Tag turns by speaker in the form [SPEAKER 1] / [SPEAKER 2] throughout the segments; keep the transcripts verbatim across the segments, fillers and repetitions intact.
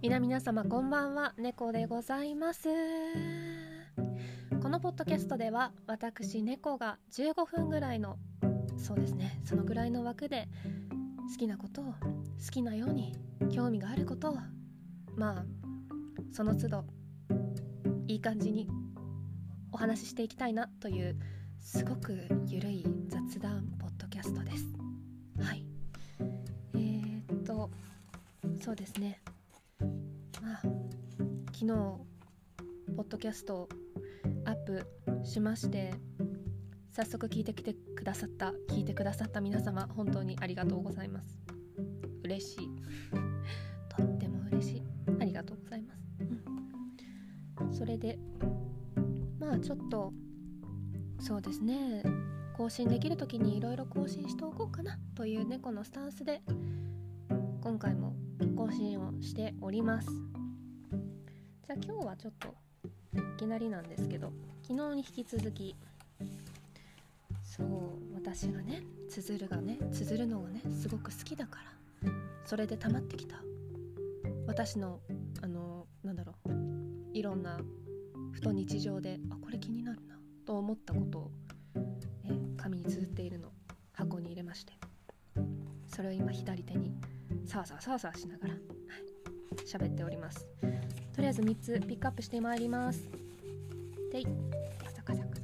[SPEAKER 1] 皆々様こんばんは、猫でございます。このポッドキャストでは私猫がじゅうごふんぐらいのそうですねそのぐらいの枠で好きなことを好きなように興味があることをまあその都度いい感じにお話ししていきたいなというすごくゆるい雑談ポッドキャストです。はいえー、っとそうですねまあ昨日ポッドキャストをアップしまして、早速聞いてきてくださった聞いてくださった皆様本当にありがとうございます。嬉しいとっても嬉しいありがとうございます、うん、それでまあちょっとそうですね更新できる時にいろいろ更新しておこうかなという猫のスタンスで今回も更新をしております。じゃあ今日はちょっといきなりなんですけど、昨日に引き続きそう私がね綴るがね綴るのがねすごく好きだから、それで溜まってきた私のあのなんだろういろんなふと日常であこれ気になるなと思ったことを、えー、紙に綴っているのを箱に入れまして、それを今左手にさわさわさわさわしながら喋っております。とりあえずみっつピックアップしてまいります。でいカサカサカサ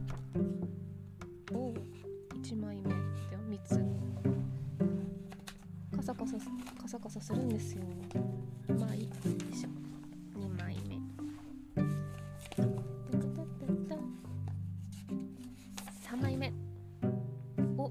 [SPEAKER 1] おいちまいめでみっつカサカサカサカサするんですよ。まあいいよいしょにまいめさんまいめおか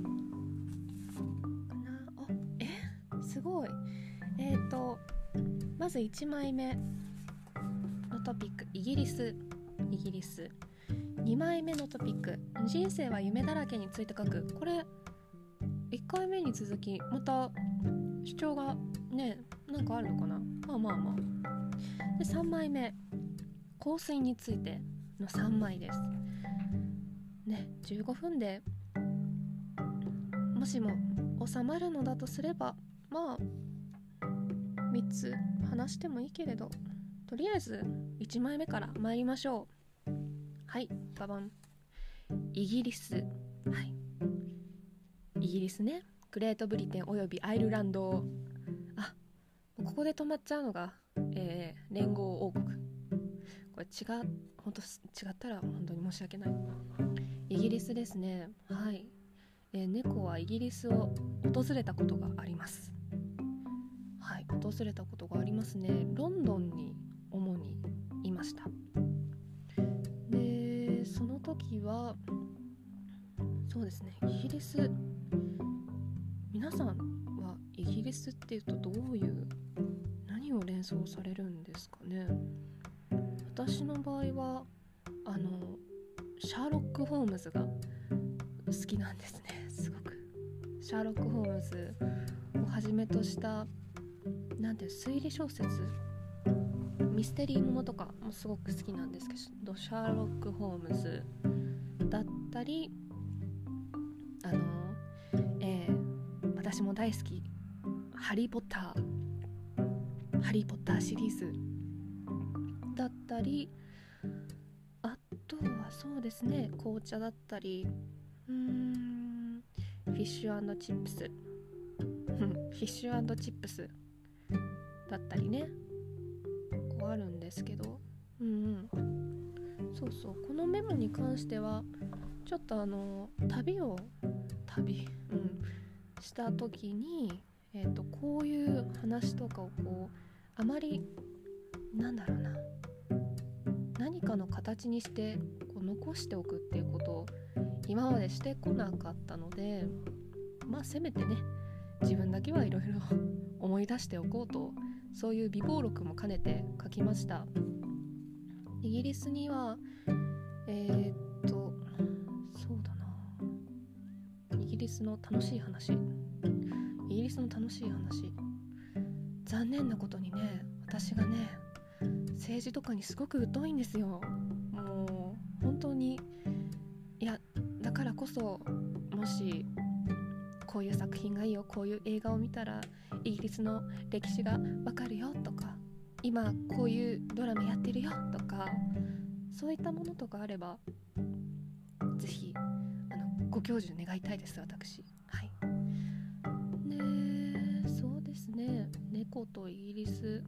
[SPEAKER 1] なあえすごいえーとまずいちまいめのトピックイギリスイギリスにまいめのトピック人生は夢だらけについて書く。これいっかいめに続きまた主張がねなんかあるのかな。まあまあまあでさんまいめ香水についてのさんまいですね。じゅうごふんでもしも収まるのだとすればまあみっつ話してもいいけれど、とりあえずいちまいめから参りましょう。はいババンイギリス。はいイギリスねグレートブリテンおよびアイルランド。あここで止まっちゃうのが、えー、連合王国。これ違う本当違ったら本当に申し訳ない。イギリスですね。はい、えー、猫はイギリスを訪れたことがあります。はい訪れたことがありますね。ロンドンに主にいました。でその時はそうですねイギリス皆さんはイギリスっていうとどういう何を連想されるんですかね。私の場合はあのシャーロック・ホームズが好きなんですね。すごくシャーロック・ホームズをはじめとしたなんて推理小説ミステリーものとかもすごく好きなんですけど、シャーロック・ホームズだったりあの、えー、私も大好きハリー・ポッターハリー・ポッターシリーズだったり、あとはそうですね紅茶だったりうーんフィッシュ&チップスフィッシュ&チップスだったりねこうあるんですけど、うんうんそうそうこのメモに関してはちょっとあの旅を旅、うん、した時に、えーと、こういう話とかをこうあまりなんだろうな何かの形にしてこう残しておくっていうことを今までしてこなかったので、まあせめてね自分だけはいろいろ思い出しておこうと、そういう備忘録も兼ねて書きました。イギリスにはえー、っとそうだなイギリスの楽しい話イギリスの楽しい話残念なことにね私がね政治とかにすごく疎いんですよ。もう本当にいやだからこそもしこういう作品がいいよこういう映画を見たらイギリスの歴史がわかるよとか今こういうドラマやってるよとか、そういったものとかあればぜひあのご教授願いたいです私。はい。で、そうですね、猫とイギリス、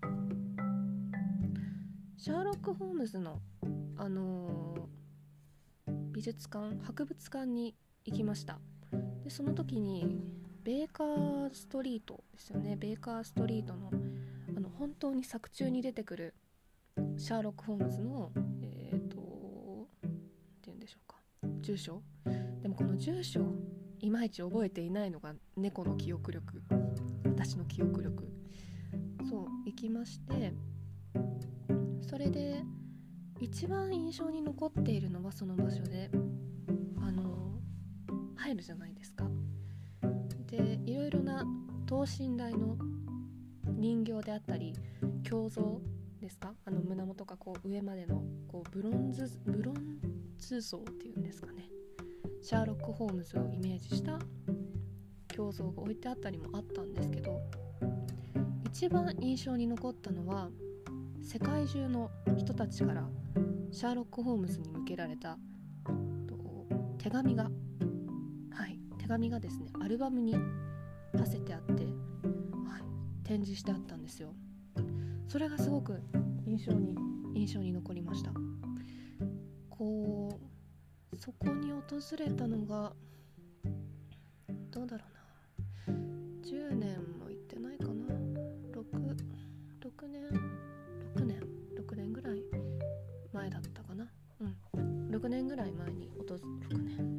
[SPEAKER 1] シャーロック・ホームズのあのー、美術館博物館に行きました。でその時にベーカーストリートですよね、ベーカーストリートのあの本当に作中に出てくるシャーロック・ホームズのえっ、ー、となんて言うんでしょうか、住所。でもこの住所いまいち覚えていないのが猫の記憶力、私の記憶力。そう行きまして、それで一番印象に残っているのは、その場所であの入るじゃないですか。でいろいろな等身大の人形であったり胸像ですか、あの胸元がこう上までのこうブロンズブロンズ像っていうんですかね、シャーロック・ホームズをイメージした胸像が置いてあったりもあったんですけど、一番印象に残ったのは世界中の人たちからシャーロック・ホームズに向けられたと手紙が、はい、手紙がですねアルバムにさせてあって、はい、展示してあったんですよ。それがすごく印象に印象に残りました。こうそこに訪れたのがどうだろうな、じゅうねんも行ってないかな、ろく、ろくねんろくねんろくねんぐらい前だったかな、うんろくねんぐらい前に訪ろくねん、うん、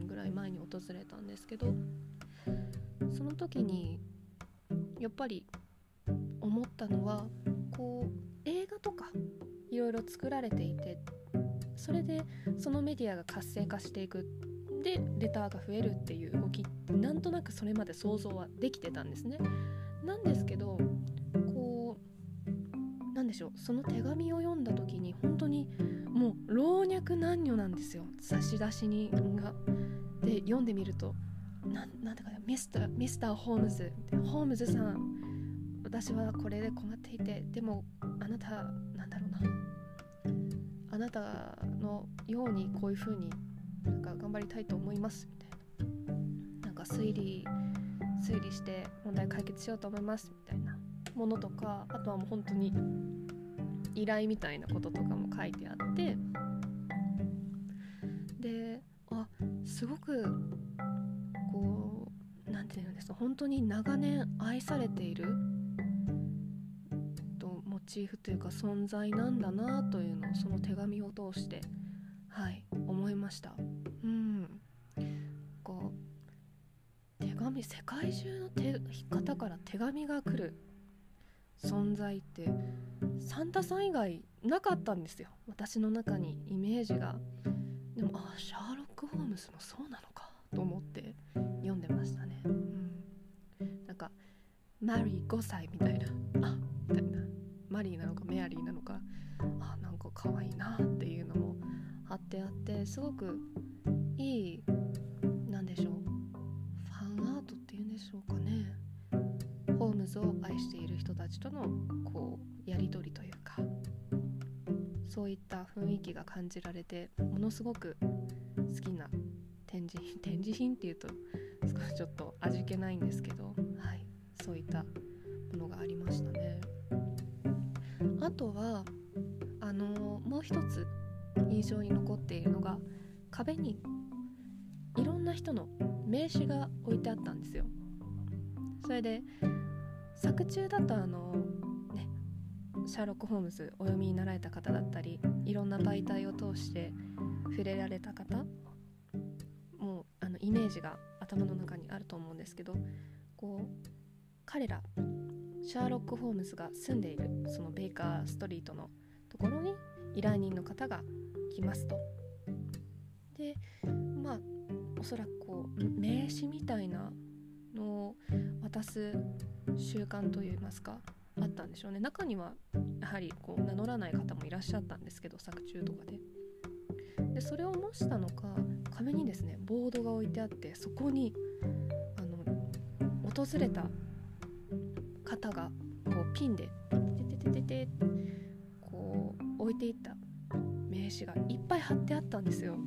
[SPEAKER 1] ぐらい前に訪れたんですけど、その時にやっぱり思ったのは、こう映画とかいろいろ作られていて、それでそのメディアが活性化していく、でレターが増えるっていう動き、なんとなくそれまで想像はできてたんですね。なんですけど、こうなんでしょう、その手紙を読んだ時に本当にもう老若男女なんですよ、差出人が。で読んでみると、ななんてかミスターミスターホームズホームズさん、私はこれで困っていて、でもあなたなんだろうな、あなたのようにこういう風になんか頑張りたいと思いますみたいな、なんか推理推理して問題解決しようと思いますみたいなものとか、あとはもう本当に依頼みたいなこととかも書いてあって、で、あ、すごくこうなんていうんですか、本当に長年愛されているとモチーフというか存在なんだなというのをその手紙を通して、はい思いました。うん、こう手紙、世界中の手方から手紙が来る存在ってサンタさん以外なかったんですよ、私の中にイメージが。でもあ、シャーロック・ホームズもそうなのかと思って読んでましたね。うん、なんかマリーごさいみたいな、あみたいな、マリーなのかメアリーなのか、あなんか可愛いなっていうのも貼ってあって、すごくいい、なんでしょう、ファンアートっていうんでしょうかね、ホームズを愛している人たちとのこうやり取りというか、そういった雰囲気が感じられて、ものすごく好きな展示品展示品っていうと少しちょっと味気ないんですけど、はい、そういったものがありましたね。あとはあのもう一つ印象に残っているのが、壁にいろんな人の名刺が置いてあったんですよ。それで作中だとあのね、シャーロック・ホームズお読みになられた方だったり、いろんな媒体を通して触れられた方もうあのイメージが頭の中にあると思うんですけど、こう彼らシャーロック・ホームズが住んでいるそのベーカーストリートのところに依頼人の方が来ますと。でまあおそらくこう名刺みたいなのを渡す習慣といいますかあったんでしょうね。中にはやはりこう名乗らない方もいらっしゃったんですけど、作中とかででそれを模したのか、壁にですねボードが置いてあって、そこにあの訪れた方がこうピンでテテテてててこう置いていった名刺がいっぱい貼ってあったんですよ。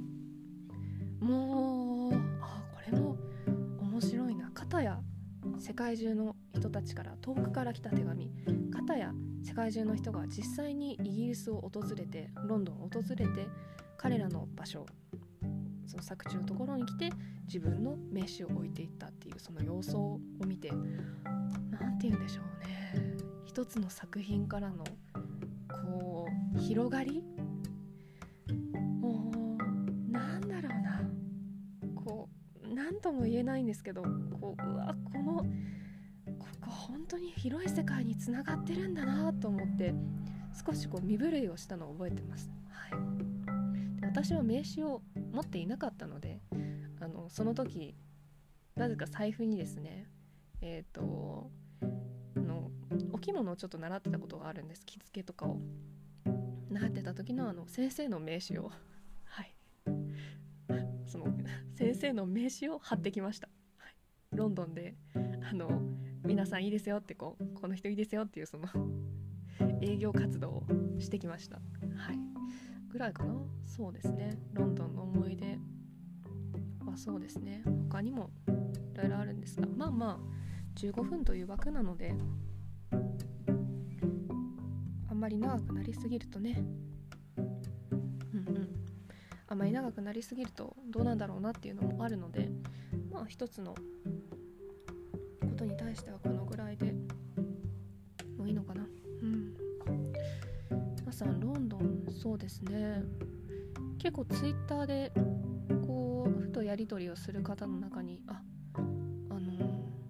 [SPEAKER 1] もうあこれも面白いな。片や世界中の人たちから遠くから来た手紙、片や世界中の人が実際にイギリスを訪れてロンドンを訪れて彼らの場所、その作地のところに来て自分の名刺を置いていったっていうその様相を見て、なんて言うんでしょうね、一つの作品からのこう広がり、もうなんだろうな、こうなんとも言えないんですけど、こううわこのここ本当に広い世界につながってるんだなと思って少しこう身震いをしたのを覚えてます。はい、で私は名刺を持っていなかったので、あのその時なぜか財布にですね、えっとあのお着物をちょっと習ってたことがあるんです。着付けとかを習ってた時のあの先生の名刺をはいその先生の名刺を貼ってきました。はい、ロンドンであの皆さんいいですよってこうこの人いいですよっていうその営業活動をしてきました。はいぐらいかな。そうですね、ロンドンの思い出はそうですね、他にもいろいろあるんですが、まあまあじゅうごふんという枠なのであんまり長くなりすぎるとね、うんうんあんまり長くなりすぎるとどうなんだろうなっていうのもあるので、まあ一つのことに対してはこのぐらいでもういいのかな。うん皆さんロンドン、そうですね、結構ツイッターでこうふとやり取りをする方の中にああのー、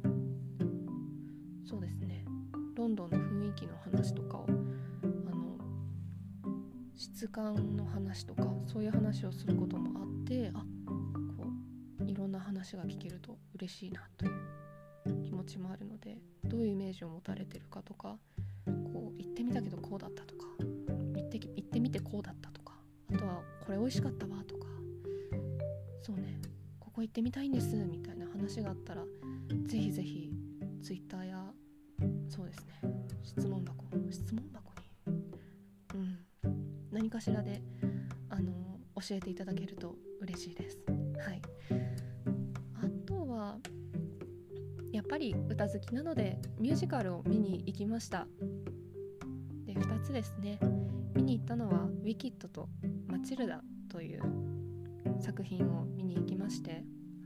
[SPEAKER 1] そうですねロンドンの雰囲気の話とかをあの質感の話とかそういう話をすることもあって、あこういろんな話が聞けると嬉しいなという気持ちもあるので、どういうイメージを持たれてるかとか、こう行ってみたけどこうだったとか、行って、行ってみてこうだったとか、あとはこれ美味しかったわとか、そうねここ行ってみたいんですみたいな話があったらぜひぜひツイッターやそうですね質問箱質問箱に、うん、何かしらであの教えていただけると嬉しいです。はい。あとはやっぱり歌好きなのでミュージカルを見に行きました。でふたつですね。見に行ったのはウィキッドとマチルダという作品を見に行きまして、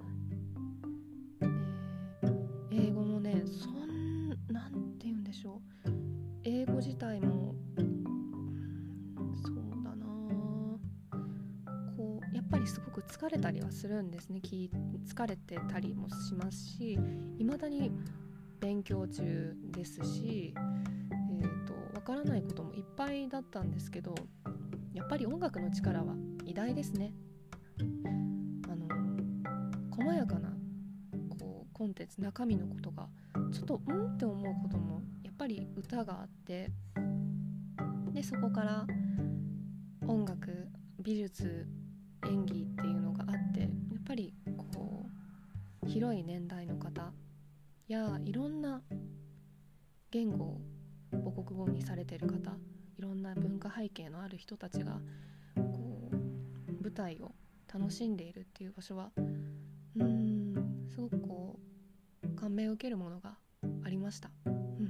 [SPEAKER 1] えー、英語もねそんなんて言うんでしょう、英語自体もそうだなこうやっぱりすごく疲れたりはするんですね。疲れてたりもしますし、未だに勉強中ですし、えーと、わからないこともいっぱいだったんですけど、やっぱり音楽の力は偉大ですね。あの細やかなこうコンテンツ、中身のことがちょっとうんって思うこともやっぱり歌があって、でそこから音楽、美術、演技っていうのがあって、やっぱりこう広い年代の方やいろんな言語を母国語にされている方、いろんな文化背景のある人たちがこう舞台を楽しんでいるっていう場所はうーんすごくこう感銘を受けるものがありました。うん、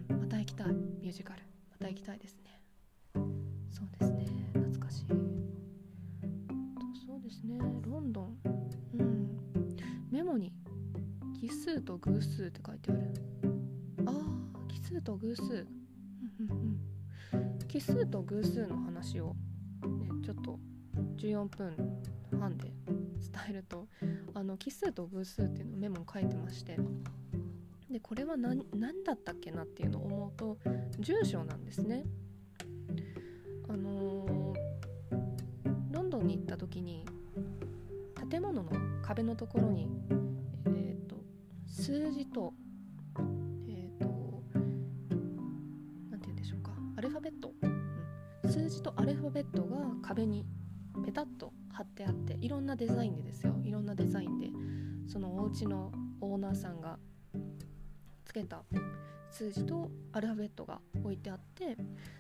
[SPEAKER 1] また行きたい、ミュージカルまた行きたいですね。そうですね、懐かしい。そうですね、ロンドン、うん、メモに奇数と偶数って書いてある。あー、奇数と偶数、うんうんうん、奇数と偶数の話を、ね、ちょっとじゅうよんぷんはんで伝えると、あの奇数と偶数っていうのをメモに書いてまして、でこれは何、何だったっけなっていうのを思うと住所なんですね。あのー、ロンドンに行った時に建物の壁のところに、えー、と数字と、えー、となんて言うんでしょうか、アルファベット、うん、数字とアルファベットが壁にペタッと貼ってあって、いろんなデザインでですよ、いろんなデザインでそのお家のオーナーさんがつけた数字とアルファベットが置いてあって、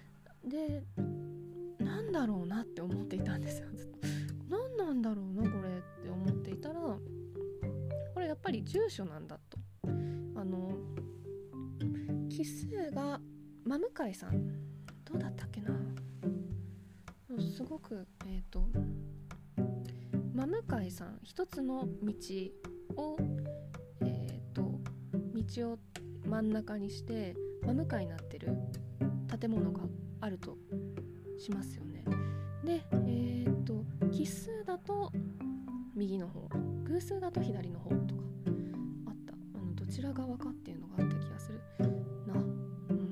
[SPEAKER 1] でなんだろうなって思っていたんですよ。ずっと何なんだろうなこれって思っていたら、これやっぱり住所なんだと。あの奇数が真向井さんどうだったっけな、すごくえっと真向井さん一つの道をえっと道を真ん中にして真向かいになってる建物があるとしますよね。でえっと奇数だと右の方、偶数だと左の方とかあった。あのどちら側かっていうのがあった気がするな、うん、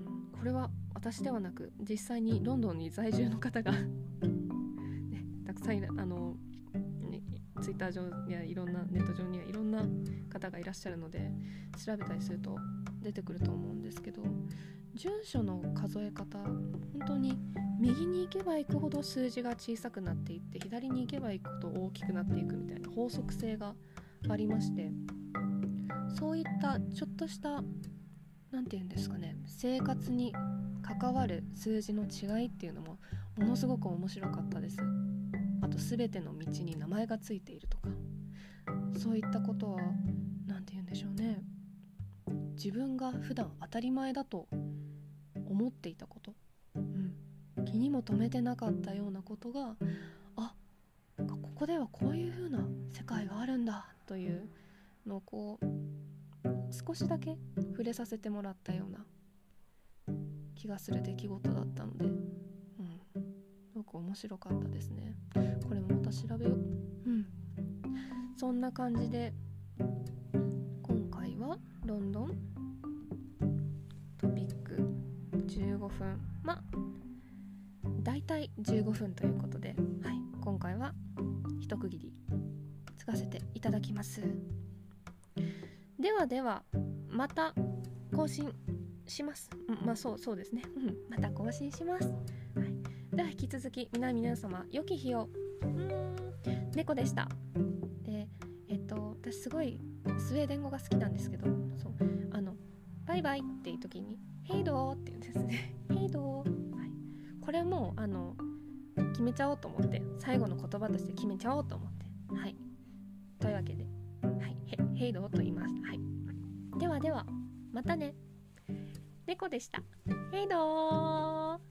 [SPEAKER 1] これは私ではなく実際にロンドンに在住の方が、ね、たくさんいる、あの、ね、ツイッター上やいろんなネット上にはいろんな方がいらっしゃるので調べたりすると出てくると思うんですけど、住所の数え方本当に右に行けば行くほど数字が小さくなっていって、左に行けば行くほど大きくなっていくみたいな法則性がありまして、そういったちょっとしたなんていうんですかね、生活に関わる数字の違いっていうのもものすごく面白かったです。あと全ての道に名前がついているとか、そういったことはなんていうんでしょうね、自分が普段当たり前だと思っていたこと、うん、気にも留めてなかったようなことが、あ、ここではこういう風な世界があるんだというのをこう少しだけ触れさせてもらったような気がする出来事だったので、うん、すごく面白かったですね。これもまた調べよう。うん、そんな感じで今回はロンドントピックじゅうごふん、まあだいたいじゅうごふんということで、はい、今回は一区切りつかせていただきます。ではではまた更新します。まあそうそうですね。また更新します。はい、では引き続き皆皆様良き日を。うーん、猫でした。で、えっと私すごいスウェーデン語が好きなんですけど、そうあのバイバイっていう時にヘイドーって言うんですね。ヘイドー。はい、これもあの決めちゃおうと思って、最後の言葉として決めちゃおうと思って、はい。というわけで、はい、ヘヘイドーと言います。はい。ではではまたね。猫でした。ヘイドー。